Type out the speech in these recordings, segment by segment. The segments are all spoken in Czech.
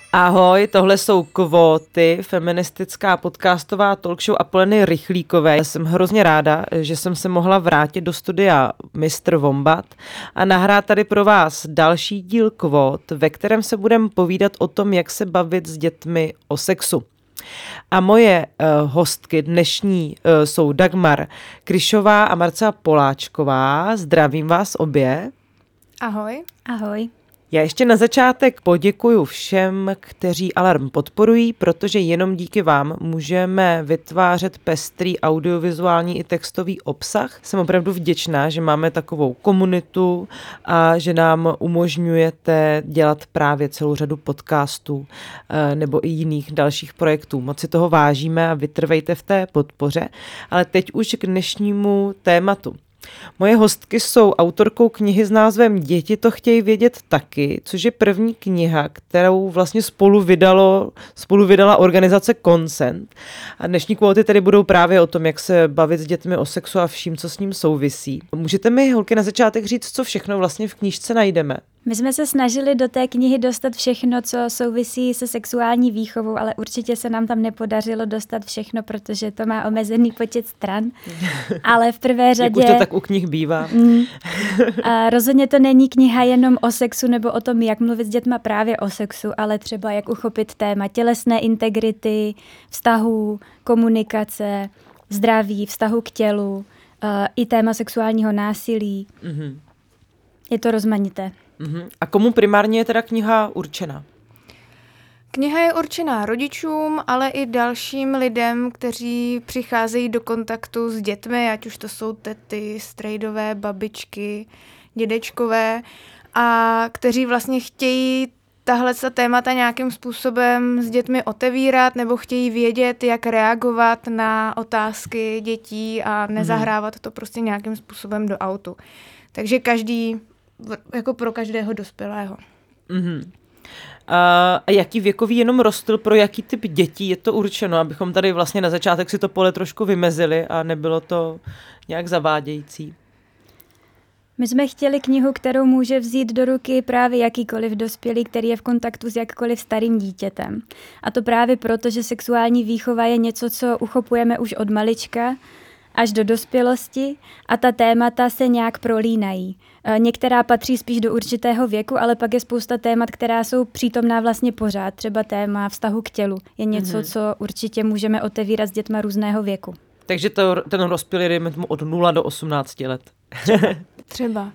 Ahoj, tohle jsou Kvóty, feministická podcastová talkshow Apoleny Rychlíkové. Jsem hrozně ráda, že jsem se mohla vrátit do studia Mr. Wombat a nahrát tady pro vás další díl Kvót, ve kterém se budeme povídat o tom, jak se bavit s dětmi o sexu. A moje hostky dnešní jsou Dagmar Kryšová a Marcela Poláčková. Zdravím vás obě. Ahoj. Ahoj. Já ještě na začátek poděkuju všem, kteří Alarm podporují, protože jenom díky vám můžeme vytvářet pestrý audiovizuální i textový obsah. Jsem opravdu vděčná, že máme takovou komunitu a že nám umožňujete dělat právě celou řadu podcastů nebo i jiných dalších projektů. Moc si toho vážíme a vytrvejte v té podpoře. Ale teď už k dnešnímu tématu. Moje hostky jsou autorkou knihy s názvem Děti to chtějí vědět taky, což je první kniha, kterou vlastně spolu vydala organizace Consent. A dnešní kvóty tedy budou právě o tom, jak se bavit s dětmi o sexu a vším, co s ním souvisí. Můžete mi, holky, na začátek říct, co všechno vlastně v knížce najdeme? My jsme se snažili do té knihy dostat všechno, co souvisí se sexuální výchovou, ale určitě se nám tam nepodařilo dostat všechno, protože to má omezený počet stran. Ale v prvé řadě... Jak už to tak u knih bývá. A rozhodně to není kniha jenom o sexu nebo o tom, jak mluvit s dětma právě o sexu, ale třeba jak uchopit téma tělesné integrity, vztahů, komunikace, zdraví, vztahu k tělu, i téma sexuálního násilí. Mm-hmm. Je to rozmanité. A komu primárně je teda kniha určena? Kniha je určená rodičům, ale i dalším lidem, kteří přicházejí do kontaktu s dětmi, ať už to jsou tety, strejdové, babičky, dědečkové, a kteří vlastně chtějí tahle témata nějakým způsobem s dětmi otevírat nebo chtějí vědět, jak reagovat na otázky dětí a nezahrávat to prostě nějakým způsobem do autu. Takže každý, jako pro každého dospělého. Mm-hmm. A jaký věkový jenom rozstyl, pro jaký typ dětí je to určeno, abychom tady vlastně na začátek si to pole trošku vymezili a nebylo to nějak zavádějící? My jsme chtěli knihu, kterou může vzít do ruky právě jakýkoliv dospělý, který je v kontaktu s jakkoliv starým dítětem. A to právě proto, že sexuální výchova je něco, co uchopujeme už od malička až do dospělosti a ta témata se nějak prolínají. Některá patří spíš do určitého věku, ale pak je spousta témat, která jsou přítomná vlastně pořád. Třeba téma vztahu k tělu je něco, co určitě můžeme otevírat s dětma různého věku. Takže ten rozptyl je od 0 do 18 let. Třeba.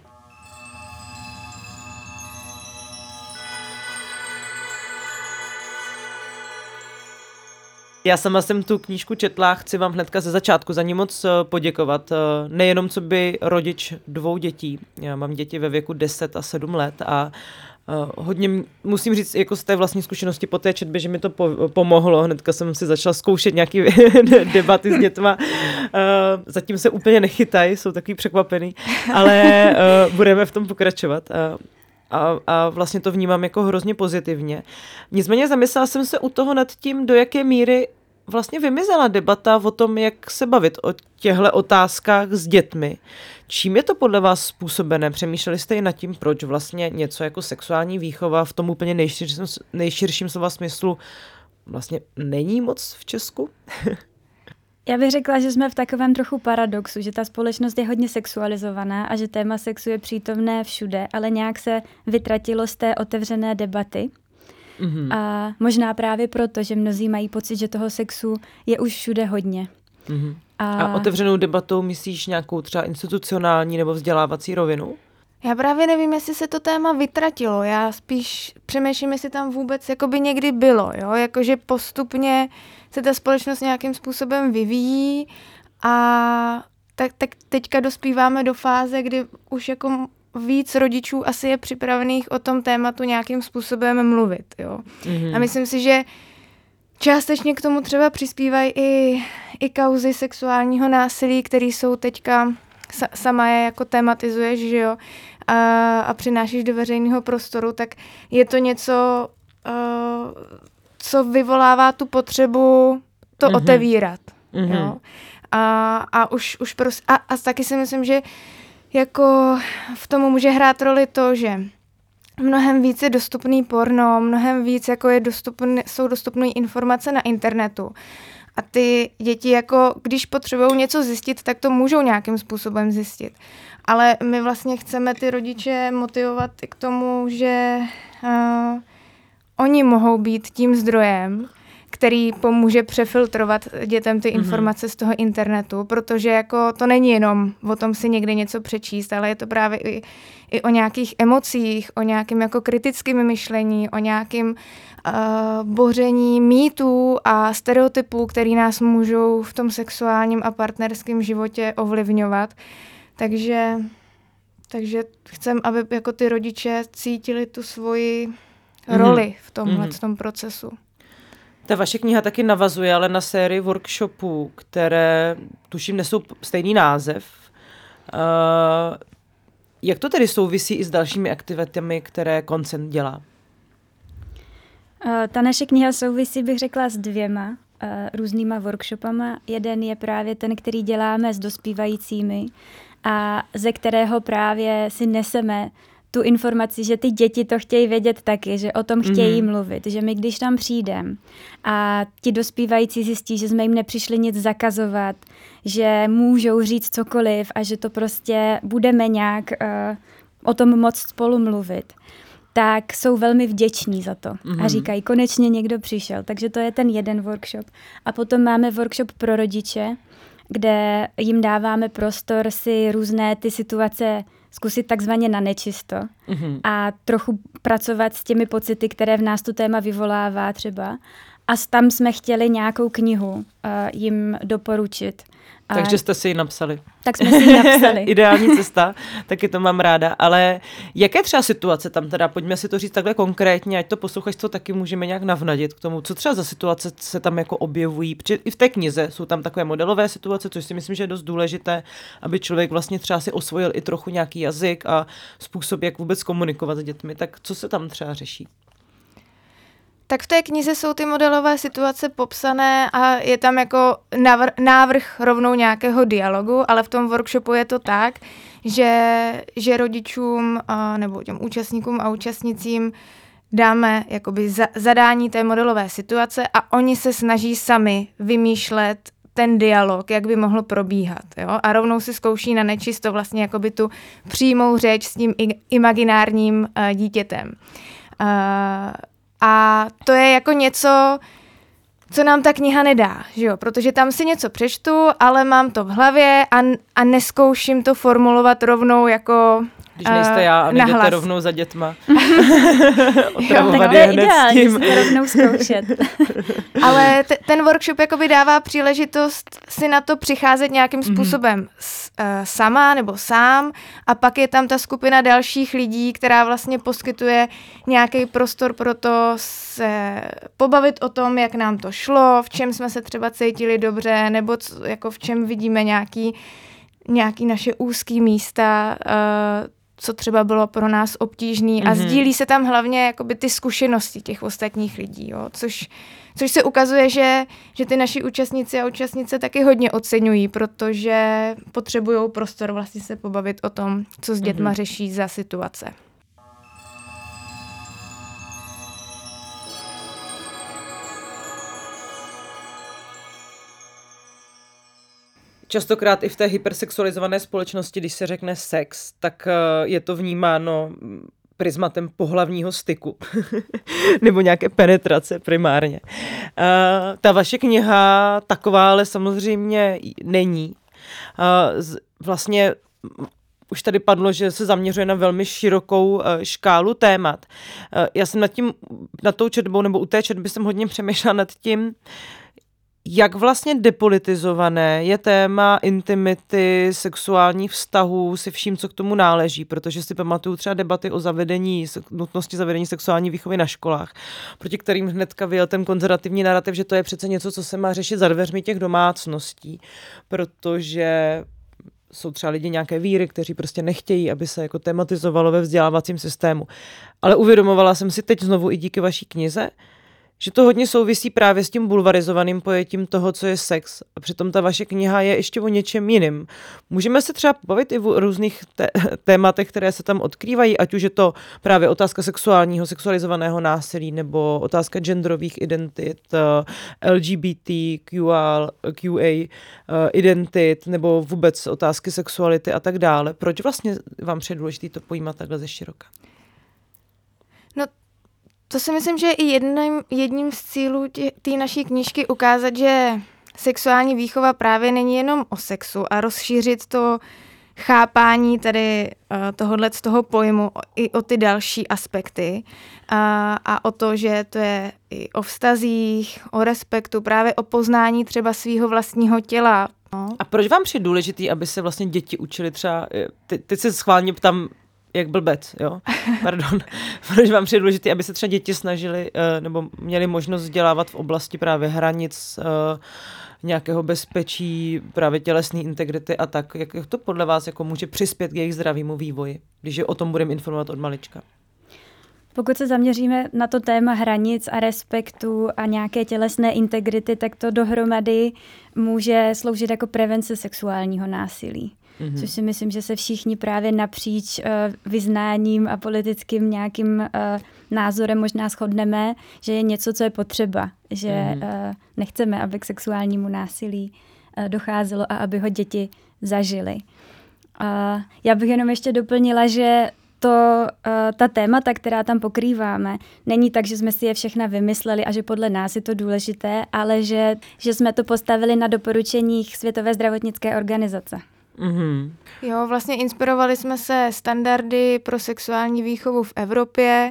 Já sama jsem tu knížku četla, chci vám hnedka ze začátku za ní moc poděkovat. Nejenom co by rodič 2 dětí. Já mám děti ve věku 10 a 7 let a hodně musím říct, jako z té vlastní zkušenosti po té četbě, že mi to pomohlo. Hnedka jsem si začala zkoušet nějaké debaty s dětma. Zatím se úplně nechytají, jsou takový překvapený, ale budeme v tom pokračovat. A vlastně to vnímám jako hrozně pozitivně. Nicméně zamyslela jsem se u toho nad tím, do jaké míry vlastně vymizela debata o tom, jak se bavit o těchto otázkách s dětmi. Čím je to podle vás způsobené? Přemýšleli jste i nad tím, proč vlastně něco jako sexuální výchova v tom úplně nejširším slova smyslu vlastně není moc v Česku? Já bych řekla, že jsme v takovém trochu paradoxu, že ta společnost je hodně sexualizovaná a že téma sexu je přítomné všude, ale nějak se vytratilo z té otevřené debaty. Mm-hmm. A možná právě proto, že mnozí mají pocit, že toho sexu je už všude hodně. Mm-hmm. A otevřenou debatou myslíš nějakou třeba institucionální nebo vzdělávací rovinu? Já právě nevím, jestli se to téma vytratilo. Já spíš přemýšlím, jestli tam vůbec jakoby někdy bylo. Jo? Jakože postupně se ta společnost nějakým způsobem vyvíjí a tak teďka dospíváme do fáze, kdy už jako víc rodičů asi je připravených o tom tématu nějakým způsobem mluvit. Jo? Mm-hmm. A myslím si, že částečně k tomu třeba přispívají i kauzy sexuálního násilí, které jsou teďka, sama je jako tematizuješ, že jo, a přinášíš do veřejného prostoru, tak je to něco, co vyvolává tu potřebu to otevírat. Jo? A už prostě, a taky si myslím, že jako v tomu může hrát roli to, že mnohem víc je dostupný porno, mnohem víc jako jsou dostupné informace na internetu. A ty děti, jako když potřebují něco zjistit, tak to můžou nějakým způsobem zjistit. Ale my vlastně chceme ty rodiče motivovat k tomu, že oni mohou být tím zdrojem, který pomůže přefiltrovat dětem ty informace z toho internetu, protože jako to není jenom o tom si někde něco přečíst, ale je to právě i o nějakých emocích, o nějakém jako kritickém myšlení, o nějakém boření mýtů a stereotypů, který nás můžou v tom sexuálním a partnerském životě ovlivňovat. Takže chcem, aby jako ty rodiče cítili tu svoji roli v tom procesu. Ta vaše kniha taky navazuje ale na sérii workshopů, které tuším nesou stejný název. Jak to tedy souvisí i s dalšími aktivitami, které Consent dělá? Ta naše kniha souvisí, bych řekla, s 2 různýma workshopama. Jeden je právě ten, který děláme s dospívajícími a ze kterého právě si neseme tu informaci, že ty děti to chtějí vědět taky, že o tom chtějí mluvit, že my když tam přijdeme a ti dospívající zjistí, že jsme jim nepřišli nic zakazovat, že můžou říct cokoliv a že to prostě budeme nějak o tom moc spolu mluvit, tak jsou velmi vděční za to a říkají, konečně někdo přišel. Takže to je ten jeden workshop. A potom máme workshop pro rodiče, kde jim dáváme prostor si různé ty situace zkusit takzvaně na nečisto a trochu pracovat s těmi pocity, které v nás to téma vyvolává třeba. A tam jsme chtěli nějakou knihu jim doporučit. Takže jste si ji napsali. Tak jsme si ji napsali. Ideální cesta, taky to mám ráda. Ale jaké třeba situace tam teda, pojďme si to říct takhle konkrétně, ať to posluchačstvo taky můžeme nějak navnadit k tomu, co třeba za situace se tam jako objevují. Protože i v té knize jsou tam takové modelové situace, což si myslím, že je dost důležité, aby člověk vlastně třeba si osvojil i trochu nějaký jazyk a způsob, jak vůbec komunikovat s dětmi. Tak co se tam třeba řeší? Tak v té knize jsou ty modelové situace popsané a je tam jako návrh rovnou nějakého dialogu, ale v tom workshopu je to tak, že rodičům nebo těm účastníkům a účastnicím dáme jakoby zadání té modelové situace a oni se snaží sami vymýšlet ten dialog, jak by mohl probíhat. Jo? A rovnou si zkouší na nečisto vlastně jakoby tu přímou řeč s tím imaginárním dítětem. A to je jako něco, co nám ta kniha nedá, že jo? Protože tam si něco přečtu, ale mám to v hlavě a neskouším to formulovat rovnou jako když nejste já a nejdete rovnou za dětma. Tak to je ideální, si to rovnou zkoušet. Ale ten workshop jakoby dává příležitost si na to přicházet nějakým způsobem sama nebo sám a pak je tam ta skupina dalších lidí, která vlastně poskytuje nějaký prostor pro to se pobavit o tom, jak nám to šlo, v čem jsme se třeba cítili dobře, nebo jako v čem vidíme nějaký naše úzký místa, co třeba bylo pro nás obtížný a sdílí se tam hlavně jakoby ty zkušenosti těch ostatních lidí, jo? Což se ukazuje, že ty naši účastníci a účastnice taky hodně oceňují, protože potřebují prostor vlastně se pobavit o tom, co s dětma řeší za situace. Častokrát i v té hypersexualizované společnosti, když se řekne sex, tak je to vnímáno prismatem pohlavního styku nebo nějaké penetrace primárně. Ta vaše kniha taková ale samozřejmě není. Vlastně už tady padlo, že se zaměřuje na velmi širokou škálu témat. Já jsem nad tou četbou nebo u té četby jsem hodně přemýšlela nad tím, jak vlastně depolitizované je téma intimity, sexuálních vztahů se vším, co k tomu náleží, protože si pamatuju třeba debaty o nutnosti zavedení sexuální výchovy na školách, proti kterým hnedka vyjel ten konzervativní narrativ, že to je přece něco, co se má řešit za dveřmi těch domácností, protože jsou třeba lidi nějaké víry, kteří prostě nechtějí, aby se jako tematizovalo ve vzdělávacím systému. Ale uvědomovala jsem si teď znovu i díky vaší knize, že to hodně souvisí právě s tím bulvarizovaným pojetím toho, co je sex. A přitom ta vaše kniha je ještě o něčem jiným. Můžeme se třeba pobavit i o různých tématech, které se tam odkrývají, ať už je to právě otázka sexuálního, sexualizovaného násilí, nebo otázka genderových identit, LGBTQA identit, nebo vůbec otázky sexuality a tak dále. Proč vlastně vám přijde důležité to pojímat takhle ze široka? No, to si myslím, že je i jedním z cílů té naší knížky ukázat, že sexuální výchova právě není jenom o sexu a rozšířit to chápání tady tohodle z toho pojmu i o ty další aspekty a o to, že to je i o vztazích, o respektu, právě o poznání třeba svého vlastního těla. No. A proč vám přijde důležitý, aby se vlastně děti učili třeba, teď se schválně ptám, jak blbec, jo? Pardon. Proč vám přijde důležitý, aby se třeba děti snažili nebo měli možnost vzdělávat v oblasti právě hranic, nějakého bezpečí, právě tělesné integrity a tak. Jak to podle vás jako může přispět k jejich zdravému vývoji, když je o tom budeme informovat od malička? Pokud se zaměříme na to téma hranic a respektu a nějaké tělesné integrity, tak to dohromady může sloužit jako prevence sexuálního násilí. Mm-hmm. Což si myslím, že se všichni právě napříč vyznáním a politickým nějakým názorem možná shodneme, že je něco, co je potřeba, že nechceme, aby k sexuálnímu násilí docházelo a aby ho děti zažily. Já bych jenom ještě doplnila, že ta témata, která tam pokrýváme, není tak, že jsme si je všechna vymysleli a že podle nás je to důležité, ale že jsme to postavili na doporučeních Světové zdravotnické organizace. Mm-hmm. Jo, vlastně inspirovali jsme se standardy pro sexuální výchovu v Evropě,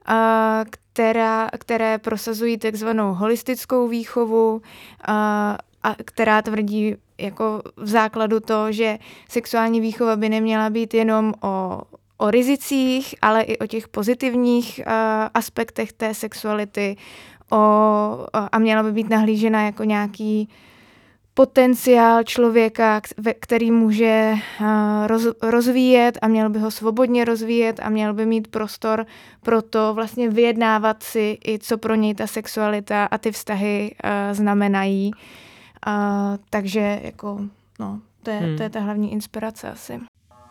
které prosazují takzvanou holistickou výchovu, a která tvrdí jako v základu to, že sexuální výchova by neměla být jenom o rizicích, ale i o těch pozitivních aspektech té sexuality a měla by být nahlížena jako nějaký potenciál člověka, který může rozvíjet a měl by ho svobodně rozvíjet a měl by mít prostor pro to vlastně vyjednávat si i co pro něj ta sexualita a ty vztahy znamenají. Takže jako, no, to je ta hlavní inspirace asi.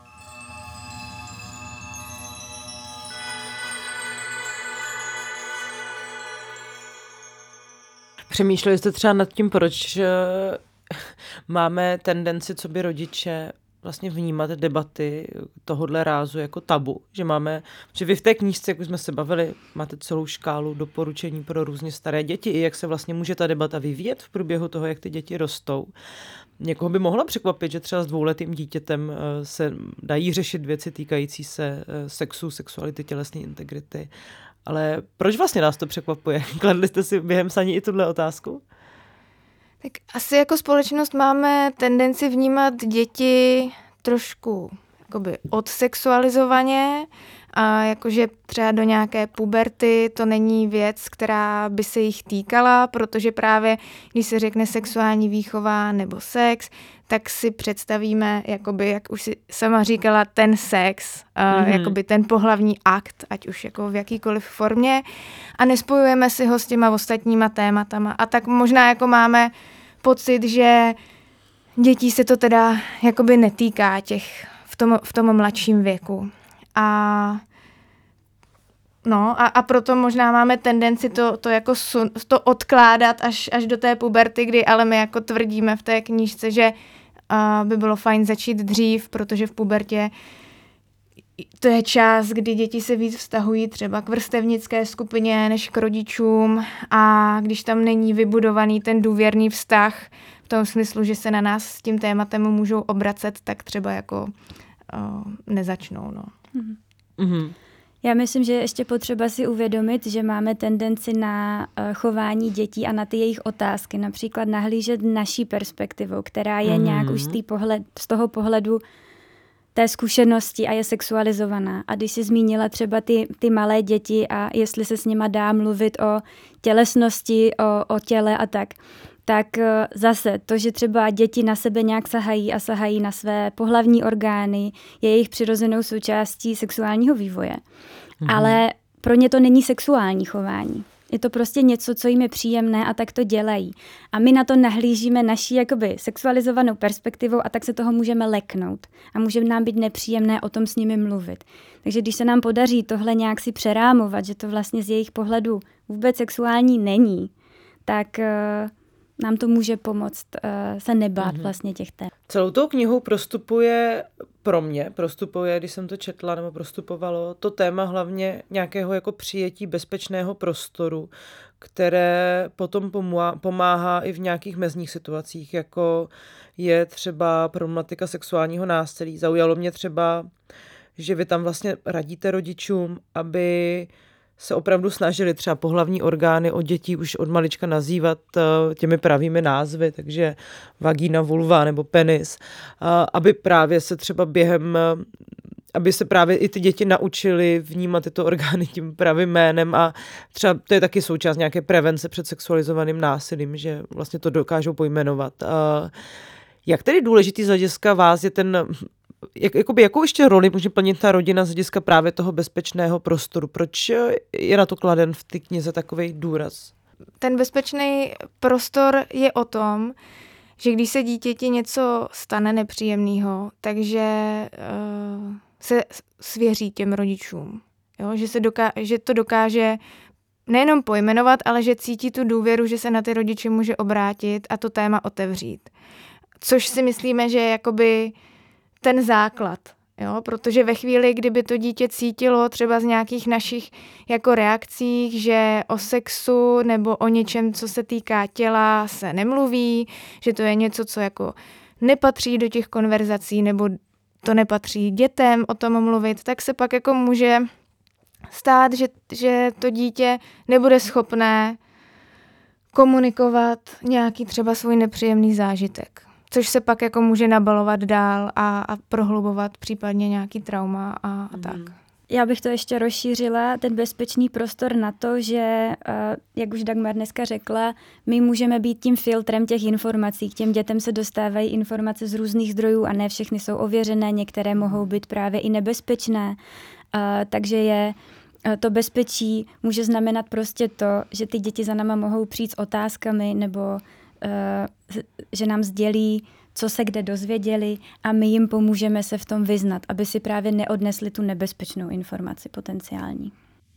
Přemýšleli jste třeba nad tím, proč máme tendenci, co by rodiče vlastně vnímat debaty tohodle rázu jako tabu, že vy v té knížce, jak už jsme se bavili, máte celou škálu doporučení pro různě staré děti, i jak se vlastně může ta debata vyvíjet v průběhu toho, jak ty děti rostou. Někoho by mohlo překvapit, že třeba s 2letým dítětem se dají řešit věci týkající se sexu, sexuality, tělesné integrity. Ale proč vlastně nás to překvapuje? Kladli jste si během psaní i tuhle otázku? Tak asi jako společnost máme tendenci vnímat děti trošku jakoby odsexualizovaně a jakože třeba do nějaké puberty to není věc, která by se jich týkala, protože právě když se řekne sexuální výchova nebo sex, tak si představíme, jakoby, jak už si sama říkala, ten sex, jakoby ten pohlavní akt, ať už jako v jakýkoliv formě a nespojujeme si ho s těma ostatníma tématama. A tak možná jako máme pocit, že dětí se to teda jakoby netýká v tom mladším věku. A proto možná máme tendenci to jako to odkládat až do té puberty, kdy ale my jako tvrdíme v té knížce, že by bylo fajn začít dřív, protože v pubertě to je čas, kdy děti se víc vztahují třeba k vrstevnické skupině než k rodičům a když tam není vybudovaný ten důvěrný vztah v tom smyslu, že se na nás s tím tématem můžou obracet, tak třeba jako nezačnou. No. Mm-hmm. Já myslím, že je ještě potřeba si uvědomit, že máme tendenci na chování dětí a na ty jejich otázky, například nahlížet naší perspektivou, která je nějak už z toho pohledu té zkušenosti a je sexualizovaná. A když jsi zmínila třeba ty malé děti a jestli se s nima dá mluvit o tělesnosti, o těle a tak zase to, že třeba děti na sebe nějak sahají na své pohlavní orgány, je jejich přirozenou součástí sexuálního vývoje. Ale pro ně to není sexuální chování. Je to prostě něco, co jim je příjemné a tak to dělají. A my na to nahlížíme naší jakoby sexualizovanou perspektivou a tak se toho můžeme leknout. A může nám být nepříjemné o tom s nimi mluvit. Takže když se nám podaří tohle nějak si přerámovat, že to vlastně z jejich pohledu vůbec sexuální není, tak nám to může pomoct se nebát vlastně těch tém. Celou tou knihou prostupuje, když jsem to četla nebo prostupovalo, to téma hlavně nějakého jako přijetí bezpečného prostoru, které potom pomáhá i v nějakých mezních situacích, jako je třeba problematika sexuálního násilí. Zaujalo mě třeba, že vy tam vlastně radíte rodičům, aby se opravdu snažili třeba pohlavní orgány od dětí už od malička nazývat těmi pravými názvy, takže vagína, vulva nebo penis, aby právě se třeba aby se právě i ty děti naučily vnímat tyto orgány tím pravým jménem a třeba to je taky součást nějaké prevence před sexualizovaným násilím, že vlastně to dokážou pojmenovat. Jak tedy důležitý z hlediska vás je jakou ještě roli může plnit ta rodina z hlediska právě toho bezpečného prostoru? Proč je na to kladen v té knize takovej důraz? Ten bezpečný prostor je o tom, že když se dítěti něco stane nepříjemného, takže se svěří těm rodičům. Jo? Že to dokáže nejenom pojmenovat, ale že cítí tu důvěru, že se na ty rodiče může obrátit a to téma otevřít. Což si myslíme, že je jakoby ten základ, jo? Protože ve chvíli, kdyby to dítě cítilo třeba z nějakých našich jako reakcích, že o sexu nebo o něčem, co se týká těla, se nemluví, že to je něco, co jako nepatří do těch konverzací nebo to nepatří dětem o tom mluvit, tak se pak jako může stát, že to dítě nebude schopné komunikovat nějaký třeba svůj nepříjemný zážitek. Což se pak jako může nabalovat dál a prohlubovat případně nějaký trauma a tak. Já bych to ještě rozšířila, ten bezpečný prostor na to, že, jak už Dagmar dneska řekla, my můžeme být tím filtrem těch informací. K těm dětem se dostávají informace z různých zdrojů a ne všechny jsou ověřené, některé mohou být právě i nebezpečné. Takže to bezpečí může znamenat prostě to, že ty děti za náma mohou přijít s otázkami nebo že nám sdělí, co se kde dozvěděli a my jim pomůžeme se v tom vyznat, aby si právě neodnesli tu nebezpečnou informaci potenciální.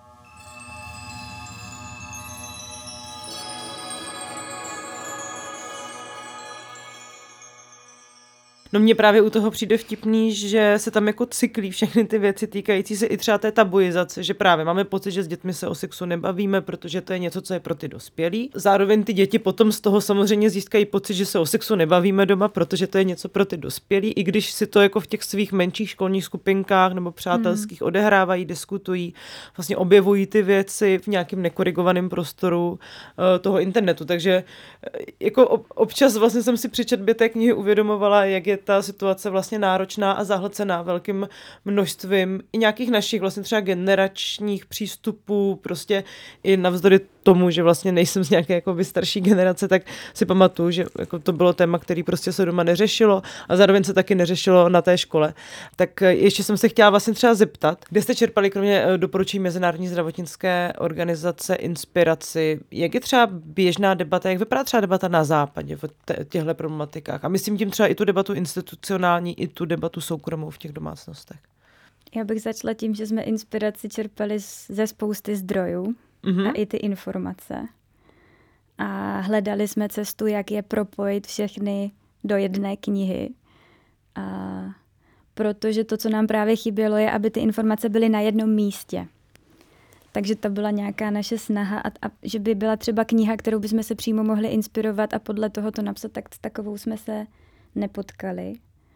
No mně právě u toho přijde vtipný, že se tam jako cyklí všechny ty věci týkající se i třeba té tabuizace, že právě máme pocit, že s dětmi se o sexu nebavíme, protože to je něco, co je pro ty dospělí. Zároveň ty děti potom z toho samozřejmě získají pocit, že se o sexu nebavíme doma, protože to je něco pro ty dospělí, i když si to jako v těch svých menších školních skupinkách nebo přátelských odehrávají, diskutují, vlastně objevují ty věci v nějakém nekorigovaném prostoru toho internetu. Takže jako občas vlastně jsem si při četbě té knihy uvědomovala, jak je ta situace vlastně náročná a zahlcená velkým množstvím i nějakých našich vlastně třeba generačních přístupů, prostě i navzdory tomu, že vlastně nejsem z nějaké jako starší generace, tak si pamatuju, že jako to bylo téma, který prostě se doma neřešilo a zároveň se taky neřešilo na té škole. Tak ještě jsem se chtěla vlastně třeba zeptat, kde jste čerpali kromě doporučení Mezinárodní zdravotnické organizace inspiraci, jak je třeba běžná debata, jak vypadá třeba debata na západě v těchto problematikách a myslím tím třeba i tu debatu institucionální, i tu debatu soukromou v těch domácnostech. Já bych začala tím, že jsme inspiraci čerpali ze spousty zdrojů a i ty informace. A hledali jsme cestu, jak je propojit všechny do jedné knihy. A protože to, co nám právě chybělo, je, aby ty informace byly na jednom místě. Takže to byla nějaká naše snaha, a že by byla třeba kniha, kterou bychom se přímo mohli inspirovat a podle toho to napsat, tak s takovou jsme se nepotkali.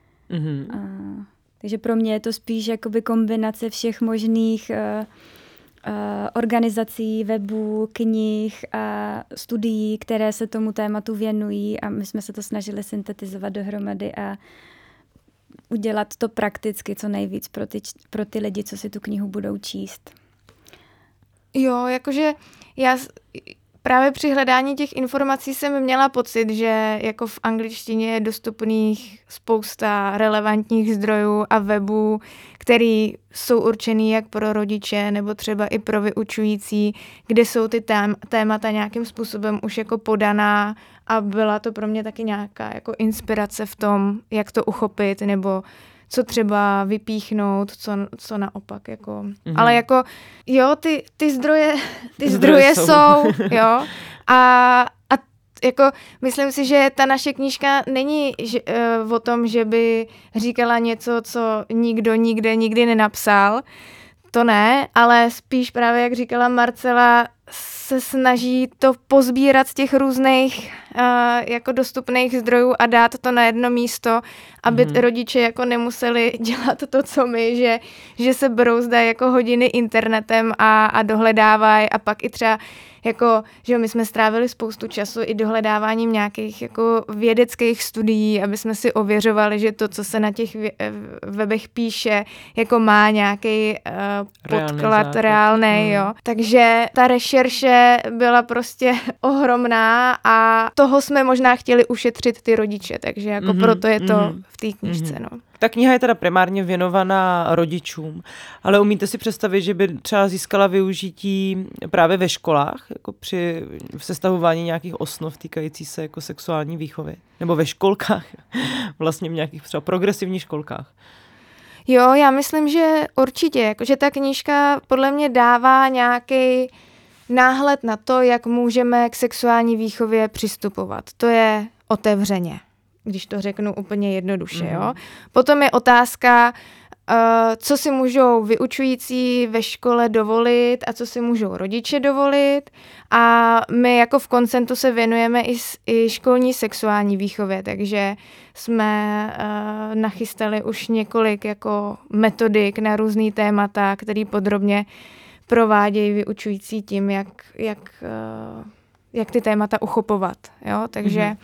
Takže pro mě je to spíš jakoby kombinace všech možných organizací, webů, knih a studií, které se tomu tématu věnují a my jsme se to snažili syntetizovat dohromady a udělat to prakticky co nejvíc pro ty lidi, co si tu knihu budou číst. Jo, jakože já právě při hledání těch informací jsem měla pocit, že jako v angličtině je dostupných spousta relevantních zdrojů a webů, který jsou určený jak pro rodiče nebo třeba i pro vyučující, kde jsou ty témata nějakým způsobem už jako podaná a byla to pro mě taky nějaká jako inspirace v tom, jak to uchopit nebo co třeba vypíchnout, co naopak, jako. Mm-hmm. Ale jako, jo, ty zdroje jsou, jo, a jako myslím si, že ta naše knížka není o tom, že by říkala něco, co nikdo nikdy nenapsal, to ne, ale spíš právě, jak říkala Marcela, se snaží to pozbírat z těch různých jako dostupných zdrojů a dát to na jedno místo, aby rodiče jako nemuseli dělat to, co my, že se brouzdají jako hodiny internetem a dohledávají a pak i třeba jako, že my jsme strávili spoustu času i dohledáváním nějakých jako vědeckých studií, aby jsme si ověřovali, že to, co se na těch webech píše, jako má nějaký podklad reálnej, jo. Takže ta rešerše byla prostě ohromná a toho jsme možná chtěli ušetřit ty rodiče, takže jako proto je to v té knížce, no. Ta kniha je teda primárně věnovaná rodičům, ale umíte si představit, že by třeba získala využití právě ve školách, jako při sestavování nějakých osnov týkající se jako sexuální výchovy? Nebo ve školkách, vlastně v nějakých třeba progresivních školkách? Jo, já myslím, že určitě, jakože ta knížka podle mě dává nějaký náhled na to, jak můžeme k sexuální výchově přistupovat. To je otevřeně, když to řeknu úplně jednoduše. Jo? Potom je otázka, co si můžou vyučující ve škole dovolit a co si můžou rodiče dovolit. A my jako v Konsentu se věnujeme i školní sexuální výchově, takže jsme nachystali už několik jako metodik na různý témata, který podrobně provádějí vyučující tím, jak ty témata uchopovat. Jo? Takže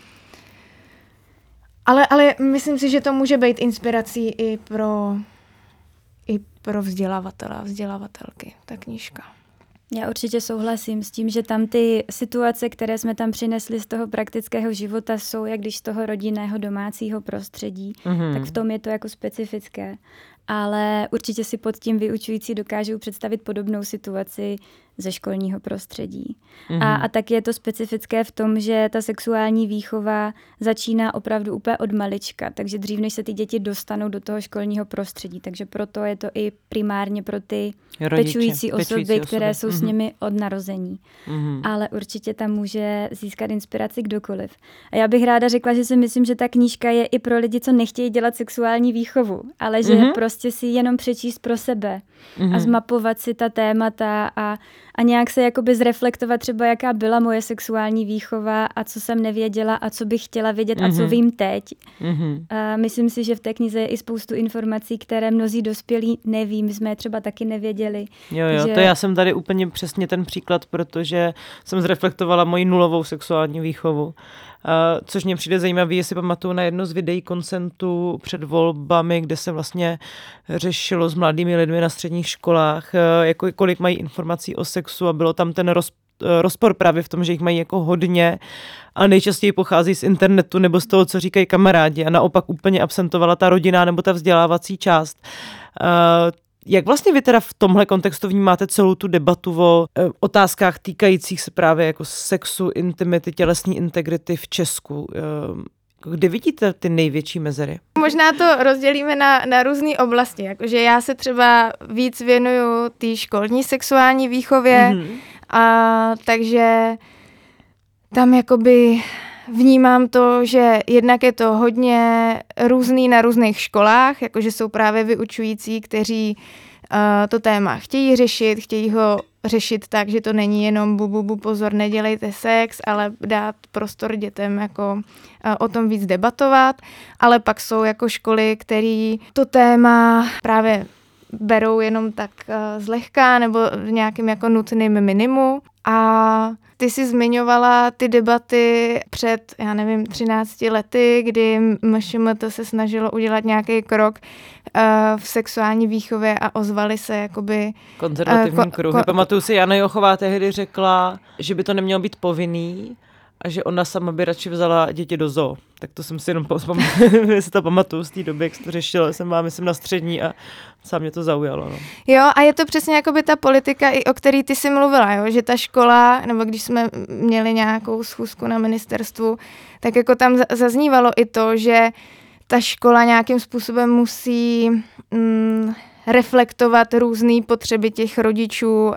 ale myslím si, že to může být inspirací i pro vzdělavatele a vzdělavatelky, ta knížka. Já určitě souhlasím s tím, že tam ty situace, které jsme tam přinesli z toho praktického života, jsou jak když z toho rodinného domácího prostředí, tak v tom je to jako specifické. Ale určitě si pod tím vyučující dokážou představit podobnou situaci ze školního prostředí. A taky je to specifické v tom, že ta sexuální výchova začíná opravdu úplně od malička, takže dřív, než se ty děti dostanou do toho školního prostředí. Takže proto je to i primárně pro ty pečující osoby, které jsou s nimi od narození. Ale určitě tam může získat inspiraci kdokoliv. A já bych ráda řekla, že si myslím, že ta knížka je i pro lidi, co nechtějí dělat sexuální výchovu, ale že prostě si jenom přečíst pro sebe a zmapovat si ta témata a nějak se jakoby zreflektovat třeba, jaká byla moje sexuální výchova a co jsem nevěděla a co bych chtěla vědět a co vím teď. A myslím si, že v té knize je i spoustu informací, které mnozí dospělí neví. My jsme je třeba taky nevěděli. Jo, to já jsem tady úplně přesně ten příklad, protože jsem zreflektovala moji nulovou sexuální výchovu. Což mě přijde zajímavé, jestli pamatuju na jedno z videí Konsentu před volbami, kde se vlastně řešilo s mladými lidmi na středních školách, jako kolik mají informací o sexu a bylo tam ten rozpor právě v tom, že jich mají jako hodně a nejčastěji pochází z internetu nebo z toho, co říkají kamarádi a naopak úplně absentovala ta rodina nebo ta vzdělávací část. Jak vlastně vy teda v tomhle kontextu vnímáte celou tu debatu o otázkách týkajících se právě jako sexu, intimity, tělesní integrity v Česku? Kde vidíte ty největší mezery? Možná to rozdělíme na různé oblasti. Jakože já se třeba víc věnuju té školní sexuální výchově, takže tam jakoby vnímám to, že jednak je to hodně různý na různých školách, jakože jsou právě vyučující, kteří to téma chtějí ho řešit tak, že to není jenom pozor, nedělejte sex, ale dát prostor dětem jako o tom víc debatovat, ale pak jsou jako školy, které to téma právě berou jenom tak zlehka nebo v nějakým jako nutným minimu a ty jsi zmiňovala ty debaty před, 13 lety, kdy MŠMT se snažilo udělat nějaký krok v sexuální výchově a ozvali se jakoby konzervativní kruhy. Pamatuju si, Jana Jochová tehdy řekla, že by to nemělo být povinný a že ona sama by radši vzala děti do zoo. Tak to jsem si jenom si to pamatuju z té doby, jak jsi to řešila. Jsem byla, myslím, na střední a sám mě to zaujalo. No. Jo, a je to přesně jakoby ta politika, i o který ty jsi mluvila, jo? Že ta škola, nebo když jsme měli nějakou schůzku na ministerstvu, tak jako tam zaznívalo i to, že ta škola nějakým způsobem musí reflektovat různé potřeby těch rodičů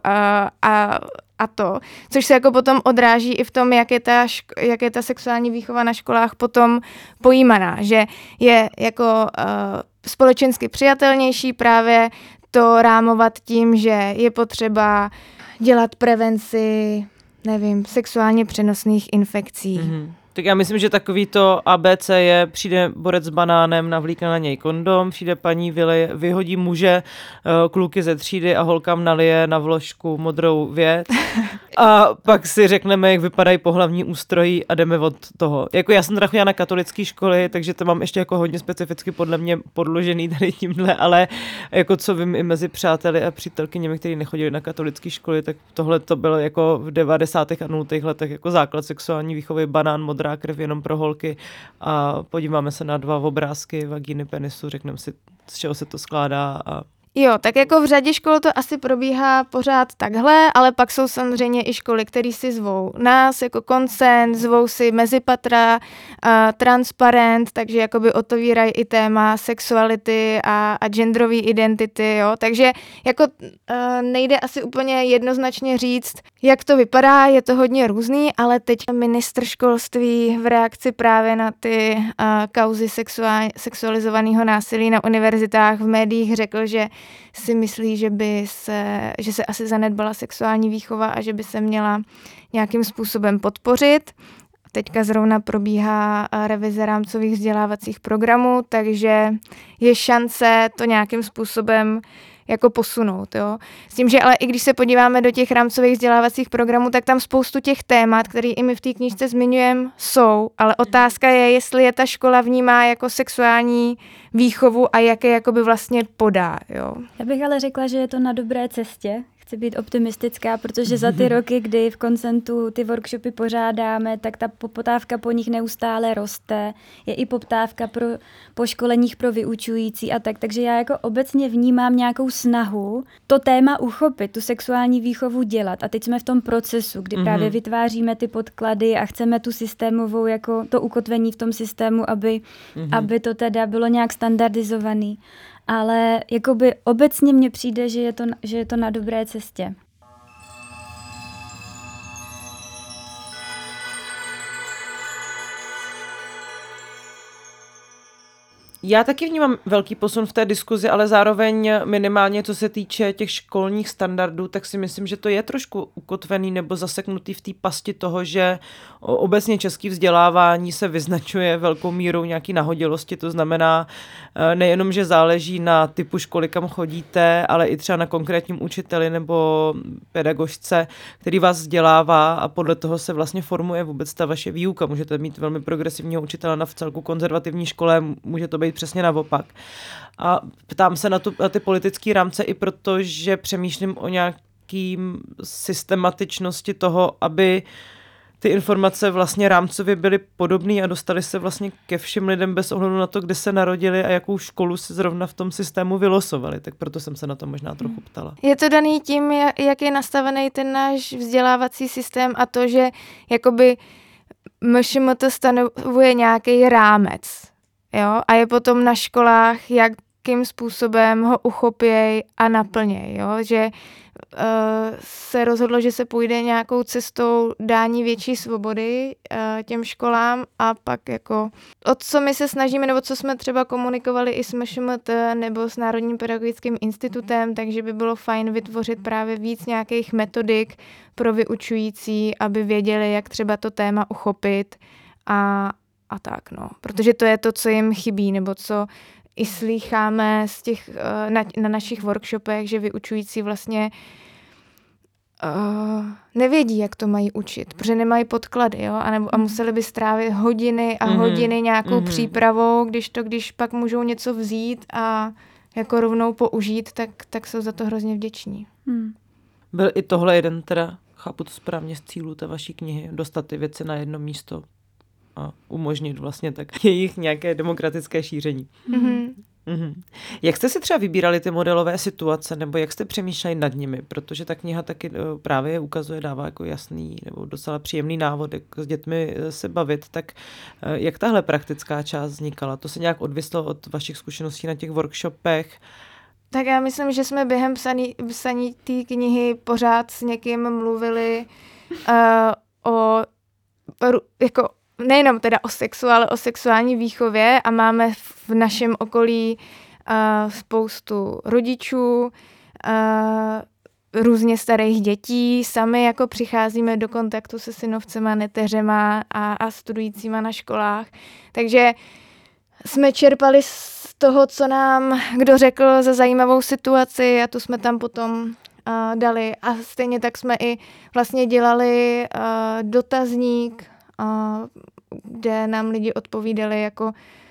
a to, což se jako potom odráží i v tom, jak je ta sexuální výchova na školách potom pojímaná, že je jako společensky přijatelnější právě to rámovat tím, že je potřeba dělat prevenci, sexuálně přenosných infekcí. Mm-hmm. Tak já myslím, že takový to ABC je, přijde borec s banánem, navlíkne na něj kondom, přijde paní, vyhodí muže, kluky ze třídy a holkám nalije na vložku modrou věc. A pak si řekneme, jak vypadají pohlavní ústrojí a jdeme od toho. Jako já jsem teda chodila na katolické školy, takže to mám ještě jako hodně specificky podle mě podložený tady tímhle, ale jako co vím i mezi přáteli a přítelkyněmi, kteří nechodili na katolické školy, tak tohle to bylo jako v 90. a 0. letech jako základ sexuální výchovy, banán, modrá krev jenom pro holky a podíváme se na 2 obrázky vagíny, penisu, řekneme si, z čeho se to skládá a Jo, tak jako v řadě škol to asi probíhá pořád takhle, ale pak jsou samozřejmě i školy, které si zvou nás jako Consent, zvou si Mezipatra, Transparent, takže jakoby otevírají i téma sexuality a genderové identity, jo. Takže jako nejde asi úplně jednoznačně říct, jak to vypadá, je to hodně různý, ale teď ministr školství v reakci právě na ty kauzy sexualizovaného násilí na univerzitách v médiích řekl, že si myslí, že se asi zanedbala sexuální výchova a že by se měla nějakým způsobem podpořit. Teďka zrovna probíhá revize rámcových vzdělávacích programů, takže je šance to nějakým způsobem jako posunout. Jo. S tím, že ale i když se podíváme do těch rámcových vzdělávacích programů, tak tam spoustu těch témat, které i my v té knížce zmiňujeme, jsou, ale otázka je, jestli je ta škola vnímá jako sexuální výchovu a jak je jakoby vlastně podá. Jo. Já bych ale řekla, že je to na dobré cestě. Chci být optimistická, protože za ty roky, kdy v Consentu ty workshopy pořádáme, tak ta poptávka po nich neustále roste. Je i poptávka po školeních pro vyučující a tak. Takže já jako obecně vnímám nějakou snahu to téma uchopit, tu sexuální výchovu dělat. A teď jsme v tom procesu, kdy právě vytváříme ty podklady a chceme tu systémovou, jako to ukotvení v tom systému, aby to teda bylo nějak standardizovaný. Ale jakoby obecně mně přijde, že je to na dobré cestě. Já taky vnímám velký posun v té diskuzi, ale zároveň minimálně co se týče těch školních standardů, tak si myslím, že to je trošku ukotvený nebo zaseknutý v té pasti toho, že obecně české vzdělávání se vyznačuje velkou mírou nějaký nahodilosti, to znamená nejenom, že záleží na typu školy, kam chodíte, ale i třeba na konkrétním učiteli nebo pedagožce, který vás vzdělává a podle toho se vlastně formuje vůbec ta vaše výuka. Můžete mít velmi progresivního učitele na vcelku konzervativní škole, může to být přesně naopak. A ptám se na ty politické rámce i proto, že přemýšlím o nějakým systematičnosti toho, aby ty informace vlastně rámcově byly podobné a dostaly se vlastně ke všem lidem bez ohledu na to, kde se narodili a jakou školu si zrovna v tom systému vylosovali. Tak proto jsem se na to možná trochu ptala. Je to daný tím, jak je nastavený ten náš vzdělávací systém a to, že jakoby MŠMT stanovuje nějaký rámec. Jo? A je potom na školách, jakým způsobem ho uchopěj a naplněj. Jo? Že se rozhodlo, že se půjde nějakou cestou dání větší svobody těm školám a pak jako o co my se snažíme, nebo co jsme třeba komunikovali i s MŠMT nebo s Národním pedagogickým institutem, takže by bylo fajn vytvořit právě víc nějakých metodik pro vyučující, aby věděli, jak třeba to téma uchopit a tak, no. Protože to je to, co jim chybí, nebo co i slýcháme z těch, na našich workshopech, že vyučující vlastně nevědí, jak to mají učit, protože nemají podklady, jo, a museli by strávit hodiny a hodiny nějakou přípravou, když pak můžou něco vzít a jako rovnou použít, tak jsou za to hrozně vděční. Byl i tohle jeden, teda chápu to správně, z cílů té vaší knihy, dostat ty věci na jedno místo a umožnit vlastně tak jejich nějaké demokratické šíření. Jak jste si třeba vybírali ty modelové situace, nebo jak jste přemýšleli nad nimi? Protože ta kniha taky právě ukazuje, dává jako jasný nebo docela příjemný návod, jak s dětmi se bavit. Tak jak tahle praktická část vznikala? To se nějak odvislo od vašich zkušeností na těch workshopech? Tak já myslím, že jsme během psaní té knihy pořád s někým mluvili jako nejenom teda o sexu, ale o sexuální výchově a máme v našem okolí spoustu rodičů, různě starých dětí, sami jako přicházíme do kontaktu se synovcema, neteřema a studujícíma na školách. Takže jsme čerpali z toho, co nám kdo řekl za zajímavou situaci a tu jsme tam potom dali. A stejně tak jsme i vlastně dělali dotazník, kde nám lidi odpovídali jako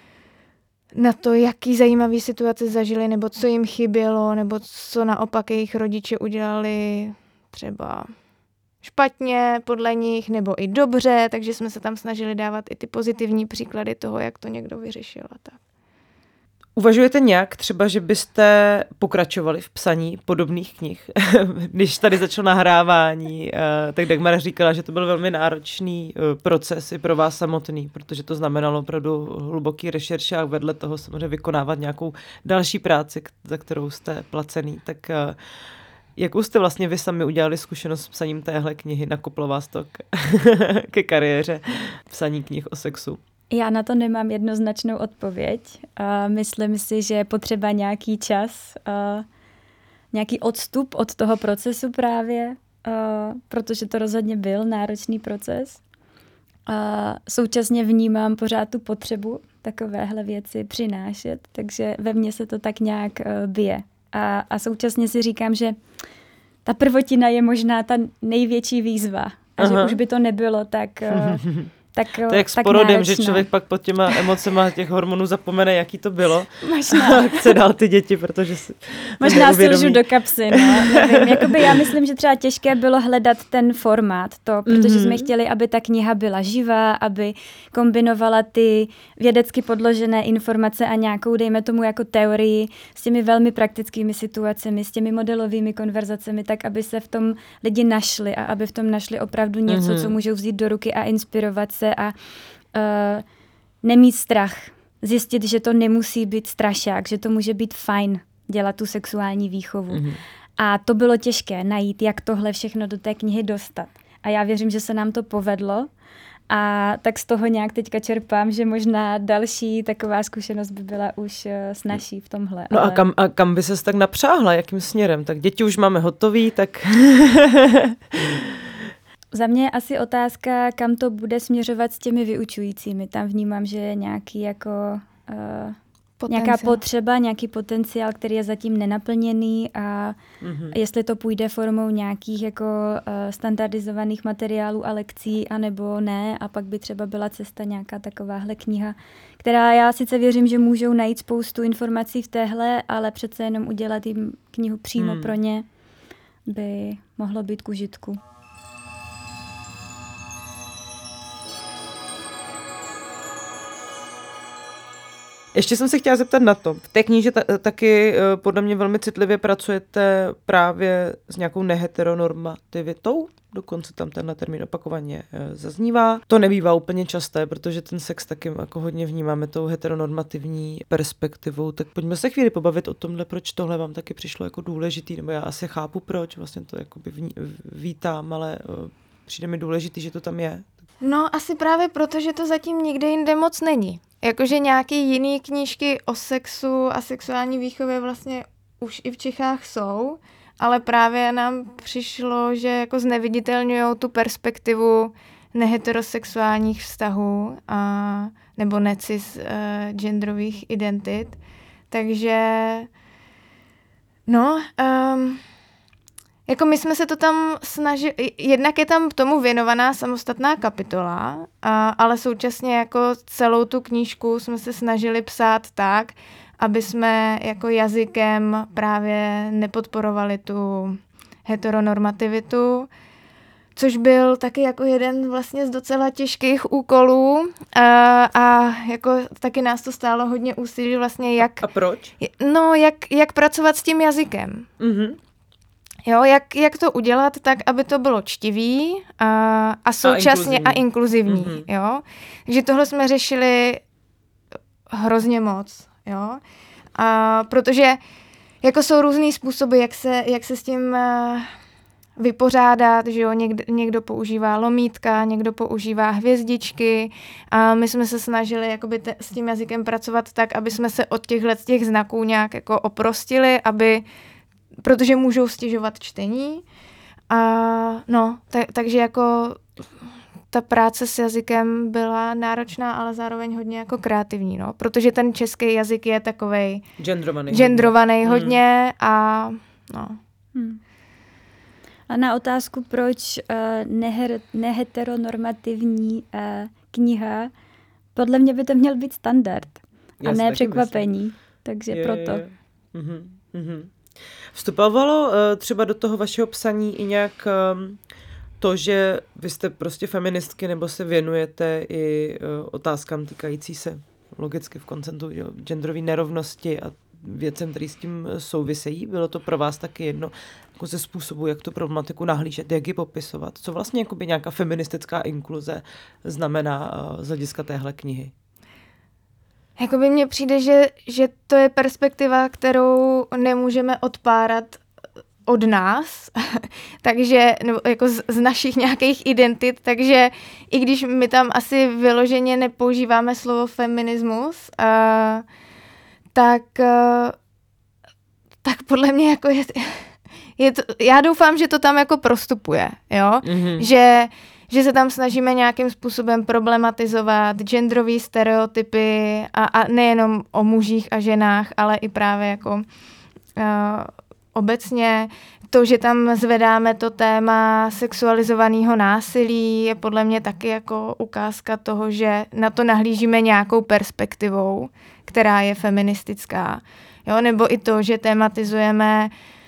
na to, jaký zajímavý situace zažili, nebo co jim chybělo, nebo co naopak jejich rodiče udělali třeba špatně podle nich, nebo i dobře, takže jsme se tam snažili dávat i ty pozitivní příklady toho, jak to někdo vyřešil a tak. Uvažujete nějak třeba, že byste pokračovali v psaní podobných knih? Když tady začalo nahrávání, tak Dagmar říkala, že to byl velmi náročný proces i pro vás samotný, protože to znamenalo opravdu hluboký rešerše a vedle toho samozřejmě vykonávat nějakou další práci, za kterou jste placený. Tak jakou jste vlastně vy sami udělali zkušenost s psaním téhle knihy? Nakoplo vás to ke kariéře psaní knih o sexu? Já na to nemám jednoznačnou odpověď. Myslím si, že je potřeba nějaký čas, nějaký odstup od toho procesu právě, protože to rozhodně byl náročný proces. Současně vnímám pořád tu potřebu takovéhle věci přinášet, takže ve mně se to tak nějak bije. A současně si říkám, že ta prvotina je možná ta největší výzva. A že už by to nebylo tak to je jak s porodem, že člověk pak pod těma emocema těch hormonů zapomene, jaký to bylo. Možná. Chce dál ty děti, protože si možná si lžu do kapsy, no. Nevím, jakoby já myslím, že třeba těžké bylo hledat ten formát, protože jsme chtěli, aby ta kniha byla živá, aby kombinovala ty vědecky podložené informace a nějakou, dejme tomu jako teorii s těmi velmi praktickými situacemi, s těmi modelovými konverzacemi, tak aby se v tom lidi našli a aby v tom našli opravdu něco, co můžou vzít do ruky a inspirovat se a nemít strach. Zjistit, že to nemusí být strašák, že to může být fajn dělat tu sexuální výchovu. A to bylo těžké najít, jak tohle všechno do té knihy dostat. A já věřím, že se nám to povedlo. A tak z toho nějak teďka čerpám, že možná další taková zkušenost by byla už snazší v tomhle. No ale... a kam by ses tak napřáhla? Jakým směrem? Tak děti už máme hotový, tak... Za mě je asi otázka, kam to bude směřovat s těmi vyučujícími. Tam vnímám, že je nějaký jako nějaká potřeba, nějaký potenciál, který je zatím nenaplněný a jestli to půjde formou nějakých jako standardizovaných materiálů a lekcí, anebo ne. A pak by třeba byla cesta nějaká takováhle kniha, která já sice věřím, že můžou najít spoustu informací v téhle, ale přece jenom udělat jim knihu přímo pro ně by mohlo být k užitku. Ještě jsem se chtěla zeptat na to. V té kníže taky podle mě velmi citlivě pracujete právě s nějakou neheteronormativitou. Dokonce tam tenhle termín opakovaně zaznívá. To nebývá úplně časté, protože ten sex taky jako hodně vnímáme tou heteronormativní perspektivou. Tak pojďme se chvíli pobavit o tomhle, proč tohle vám taky přišlo jako důležitý, nebo já asi chápu proč, vlastně to jakoby vítám, ale přijde mi důležitý, že to tam je. No asi právě proto, že to zatím nikde jinde moc není. Jakože nějaký jiný knížky o sexu a sexuální výchově vlastně už i v Čechách jsou, ale právě nám přišlo, že jako zneviditelňujou tu perspektivu neheterosexuálních vztahů nebo necis genderových identit. Takže Jako my jsme se to tam snažili, jednak je tam tomu věnovaná samostatná kapitola, ale současně jako celou tu knížku jsme se snažili psát tak, aby jsme jako jazykem právě nepodporovali tu heteronormativitu, což byl taky jako jeden vlastně z docela těžkých úkolů a jako taky nás to stálo hodně úsilí vlastně jak... A proč? No, jak pracovat s tím jazykem. Mhm. Jo, jak to udělat tak, aby to bylo čtivý a současně a inkluzivní. Mm-hmm. Jo? Takže tohle jsme řešili hrozně moc. Jo? Protože jako jsou různý způsoby, jak se s tím vypořádat, že jo, někdo používá lomítka, někdo používá hvězdičky a my jsme se snažili jakoby s tím jazykem pracovat tak, aby jsme se od těch znaků nějak jako oprostili, protože můžou stěžovat čtení. Takže jako ta práce s jazykem byla náročná, ale zároveň hodně jako kreativní, no, protože ten český jazyk je takovej genderovaný hodně a no. A na otázku, proč neheteronormativní kniha, podle mě by to měl být standard a ne překvapení. Takže proto. Vstupovalo třeba do toho vašeho psaní i nějak to, že vy jste prostě feministky nebo se věnujete i otázkám týkající se logicky v koncentu genderové nerovnosti a věcem, které s tím souvisejí. Bylo to pro vás taky jedno jako ze způsobu, jak tu problematiku nahlížet, jak ji popisovat? Co vlastně jakoby nějaká feministická inkluze znamená z hlediska téhle knihy? Jakoby mně přijde, že to je perspektiva, kterou nemůžeme odpárat od nás, takže nebo jako z našich nějakých identit, takže i když my tam asi vyloženě nepoužíváme slovo feminismus, tak podle mě jako je to, já doufám, že to tam jako prostupuje, jo, že se tam snažíme nějakým způsobem problematizovat genderové stereotypy a nejenom o mužích a ženách, ale i právě jako obecně to, že tam zvedáme to téma sexualizovaného násilí, je podle mě taky jako ukázka toho, že na to nahlížíme nějakou perspektivou, která je feministická. Jo? Nebo i to, že tematizujeme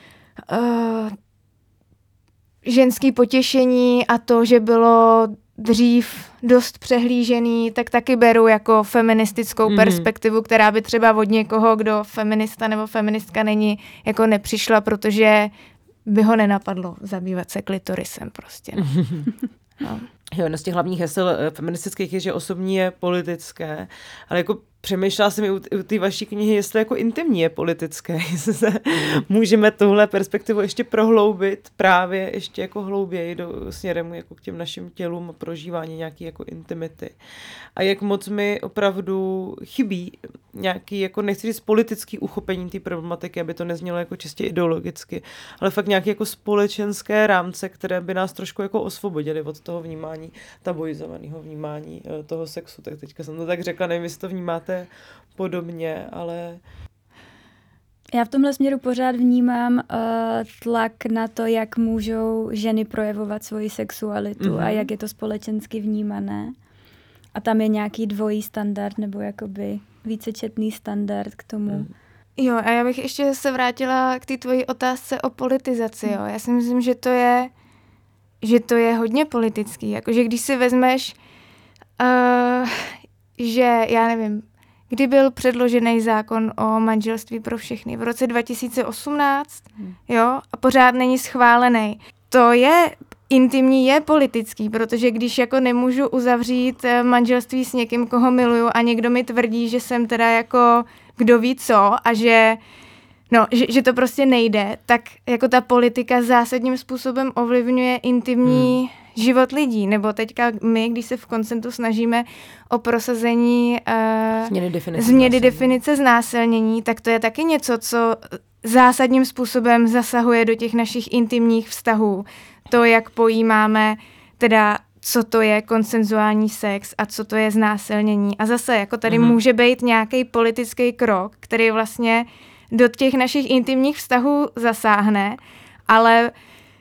ženský potěšení a to, že bylo dřív dost přehlížený, tak taky beru jako feministickou perspektivu, která by třeba od někoho, kdo feminista nebo feministka není, jako nepřišla, protože by ho nenapadlo zabývat se klitorisem prostě. No. Jedno z těch hlavních hesel feministických je, že osobní je politické, ale jako přemýšlela jsem i u té vaší knihy, jestli jako intimní je politické, jestli se můžeme tuhle perspektivu ještě prohloubit právě ještě jako hlouběji směrem jako k těm našim tělům a prožívání nějaký jako intimity. A jak moc mi opravdu chybí nějaký, jako nechci říct politický uchopení té problematiky, aby to neznělo jako čistě ideologicky, ale fakt nějaké jako společenské rámce, které by nás trošku jako osvobodily od toho vnímání, tabuizovaného vnímání toho sexu. Tak teďka jsem to tak řekla, nevím, jestli to vnímáte podobně, ale... Já v tomhle směru pořád vnímám tlak na to, jak můžou ženy projevovat svoji sexualitu a jak je to společensky vnímané. A tam je nějaký dvojí standard nebo jakoby vícečetný standard k tomu. Jo, a já bych ještě se vrátila k té tvojí otázce o politizaci. Jo. Já si myslím, že to je hodně politický. Jakože když si vezmeš, že já nevím, kdy byl předložený zákon o manželství pro všechny? V roce 2018, jo, a pořád není schválený. To je intimní, je politický, protože když jako nemůžu uzavřít manželství s někým, koho miluju a někdo mi tvrdí, že jsem teda jako kdo ví co a že to prostě nejde, tak jako ta politika zásadním způsobem ovlivňuje intimní život lidí. Nebo teďka my, když se v koncentu snažíme o prosazení změny definice znásilnění, tak to je taky něco, co zásadním způsobem zasahuje do těch našich intimních vztahů. To, jak pojímáme teda, co to je konsenzuální sex a co to je znásilnění. A zase jako tady může být nějaký politický krok, který vlastně do těch našich intimních vztahů zasáhne, ale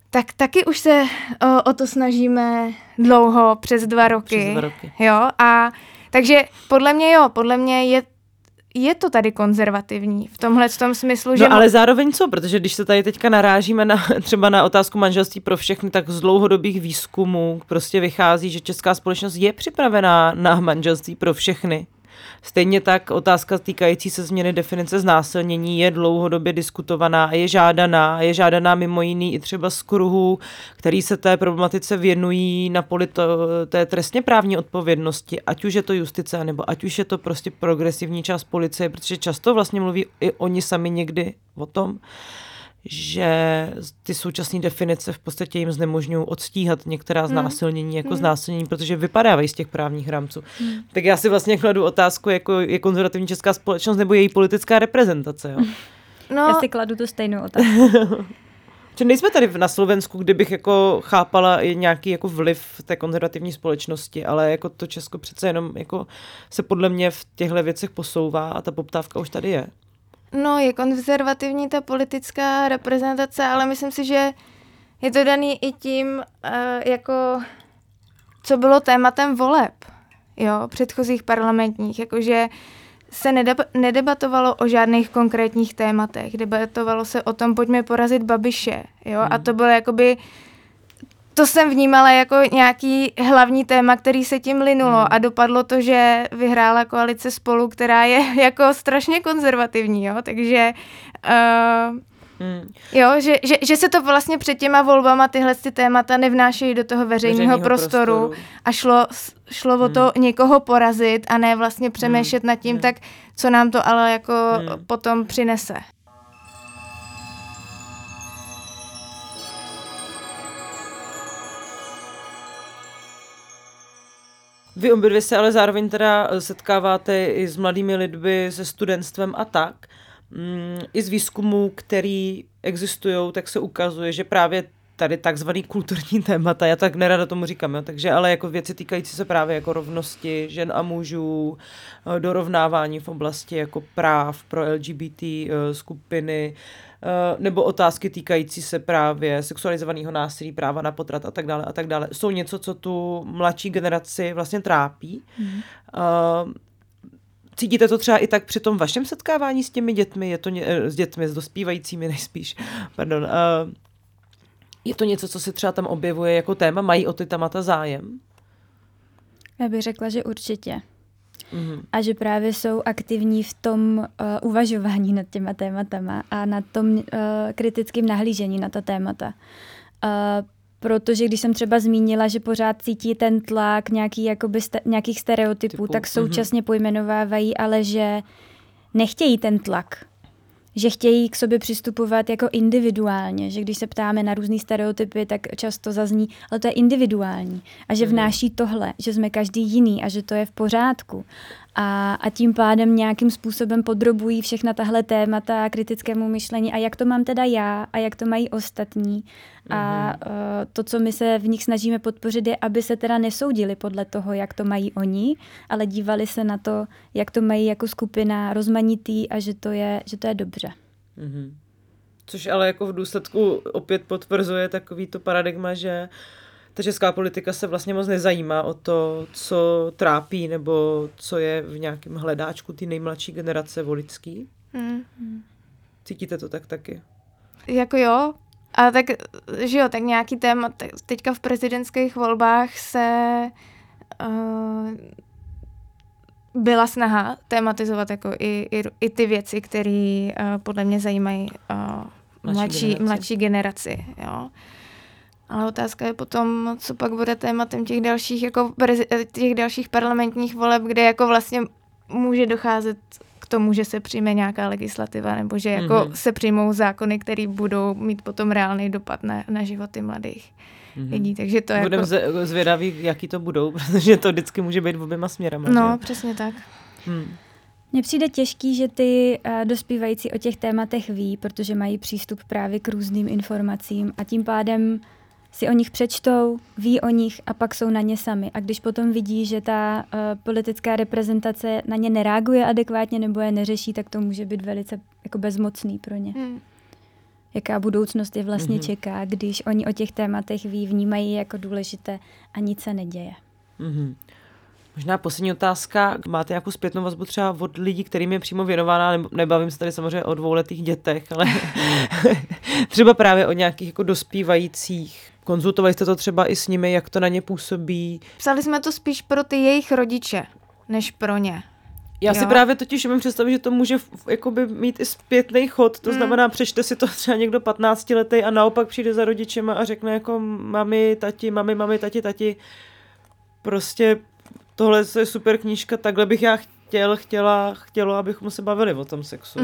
Tak taky už se o to snažíme dlouho, přes 2 roky. Přes 2 roky. Jo, takže podle mě je to tady konzervativní v tomhle smyslu, že... No ale zároveň co, protože když se tady teďka narážíme třeba na otázku manželství pro všechny, tak z dlouhodobých výzkumů prostě vychází, že česká společnost je připravená na manželství pro všechny. Stejně tak otázka týkající se změny definice znásilnění je dlouhodobě diskutovaná a je žádaná mimo jiný i třeba z kruhů, který se té problematice věnují na poli té trestně právní odpovědnosti, ať už je to justice, nebo ať už je to prostě progresivní část policie, protože často vlastně mluví i oni sami někdy o tom, že ty současné definice v podstatě jim znemožňují odstíhat některá znásilnění jako znásilnění, protože vypadávají z těch právních rámců. Tak já si vlastně kladu otázku, jako je konzervativní česká společnost nebo její politická reprezentace. Jo? No, já si kladu tu stejnou otázku. Že nejsme tady na Slovensku, kde bych jako chápala i nějaký jako vliv té konzervativní společnosti, ale jako to Česko přece jenom jako se podle mě v těchto věcech posouvá a ta poptávka už tady je. No, je konzervativní ta politická reprezentace, ale myslím si, že je to daný i tím, jako co bylo tématem voleb, jo, předchozích parlamentních, jakože se nedebatovalo o žádných konkrétních tématech, debatovalo se o tom, pojďme porazit Babiše, jo, a to bylo jakoby, to jsem vnímala jako nějaký hlavní téma, který se tím linulo a dopadlo to, že vyhrála koalice Spolu, která je jako strašně konzervativní, jo, takže jo, že se to vlastně před těma volbama tyhle témata nevnášejí do toho veřejného prostoru a šlo o to někoho porazit a ne vlastně přemýšlet nad tím, tak co nám to ale jako potom přinese. Vy obě dvě se ale zároveň teda setkáváte i s mladými lidmi, se studentstvem a tak. I z výzkumů, který existují, tak se ukazuje, že právě tady takzvaný kulturní témata, já tak nerada tomu říkám, jo, takže ale jako věci týkající se právě jako rovnosti žen a mužů, dorovnávání v oblasti jako práv pro LGBT skupiny, nebo otázky týkající se právě sexualizovaného násilí, práva na potrat a tak dále, jsou něco, co tu mladší generaci vlastně trápí. Cítíte to třeba i tak při tom vašem setkávání s těmi dětmi? Je to s dětmi, s dospívajícími nejspíš? Pardon. Je to něco, co se třeba tam objevuje jako téma? Mají o ty témata zájem? Já bych řekla, že určitě. A že právě jsou aktivní v tom uvažování nad těma tématama a na tom kritickém nahlížení na ta témata. Protože když jsem třeba zmínila, že pořád cítí ten tlak nějakých stereotypů, tak současně pojmenovávají, ale že nechtějí ten tlak. Že chtějí k sobě přistupovat jako individuálně, že když se ptáme na různý stereotypy, tak často zazní, ale to je individuální a že vnáší tohle, že jsme každý jiný a že to je v pořádku. A tím pádem nějakým způsobem podrobují všechna tahle témata kritickému myšlení a jak to mám teda já a jak to mají ostatní. A to, co my se v nich snažíme podpořit, je, aby se teda nesoudili podle toho, jak to mají oni, ale dívali se na to, jak to mají jako skupina rozmanitý a že to je dobře. Což ale jako v důsledku opět potvrzuje takový to paradigma, že ta česká politika se vlastně moc nezajímá o to, co trápí nebo co je v nějakém hledáčku ty nejmladší generace voličský. Cítíte to tak taky? Jako jo, a tak, že jo, tak nějaký téma, teďka v prezidentských volbách se byla snaha tématizovat jako i ty věci, které podle mě zajímají mladší generaci, jo. Ale otázka je potom, co pak bude tématem těch dalších parlamentních voleb, kde jako vlastně může docházet k tomu, že se přijme nějaká legislativa, nebo že jako se přijmou zákony, které budou mít potom reálný dopad na životy mladých lidí. Takže to budeme jako zvědaví, jaký to budou, protože to vždycky může být v oběma směrama. No, že? Přesně tak. Mně přijde těžký, že ty dospívající o těch tématech ví, protože mají přístup právě k různým informacím a tím pádem si o nich přečtou, ví o nich a pak jsou na ně sami. A když potom vidí, že ta politická reprezentace na ně nereaguje adekvátně nebo je neřeší, tak to může být velice jako bezmocný pro ně. jaká budoucnost je vlastně čeká, když oni o těch tématech vnímají jako důležité a nic se neděje. Možná poslední otázka. Máte nějakou zpětnou vazbu třeba od lidí, kterým je přímo věnována? Nebavím se tady samozřejmě o 2letých dětech, ale třeba právě o nějakých jako dospívajících. Konzultovali jste to třeba i s nimi, jak to na ně působí? Psali jsme to spíš pro ty jejich rodiče, než pro ně. Já si právě totiž umím představit, že to může jakoby mít i zpětný chod, to znamená, přečte si to třeba někdo 15letý a naopak přijde za rodičema a řekne jako mami, tati, prostě tohle je super knížka, takhle bych já chtěla, abychom se bavili o tom sexu.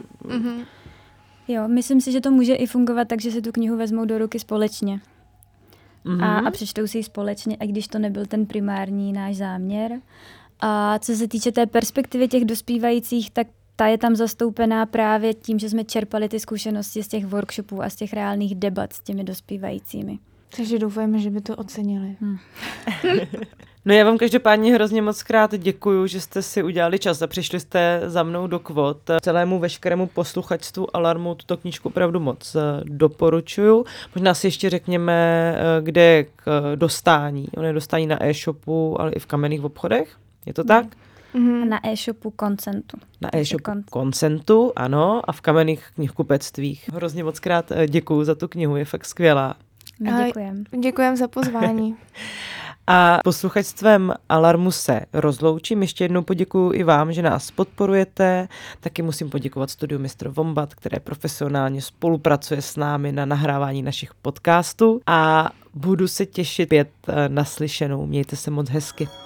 Jo, myslím si, že to může i fungovat tak, že si tu knihu vezmou do ruky společně. A přečtou si ji společně, i když to nebyl ten primární náš záměr. A co se týče té perspektivy těch dospívajících, tak ta je tam zastoupená právě tím, že jsme čerpali ty zkušenosti z těch workshopů a z těch reálných debat s těmi dospívajícími. Takže doufujeme, že by to ocenili. No já vám každopádně hrozně moc krát děkuju, že jste si udělali čas a přišli jste za mnou do Kvot. Celému veškerému posluchačstvu Alarmu tuto knížku opravdu moc doporučuju. Možná si ještě řekněme, kde je k dostání. On je dostání na e-shopu, ale i v kamenných obchodech. Je to tak? Na e-shopu Koncentu. Na e-shopu Koncentu, ano, a v kamenných knihkupectvích. Hrozně moc krát děkuju za tu knihu, je fakt skvělá. Děkujem za pozvání. A posluchačstvem Alarmu se rozloučím. Ještě jednou poděkuju i vám, že nás podporujete. Taky musím poděkovat studiu Mr. Vombat, které profesionálně spolupracuje s námi na nahrávání našich podcastů. A budu se těšit opět naslyšenou. Mějte se moc hezky.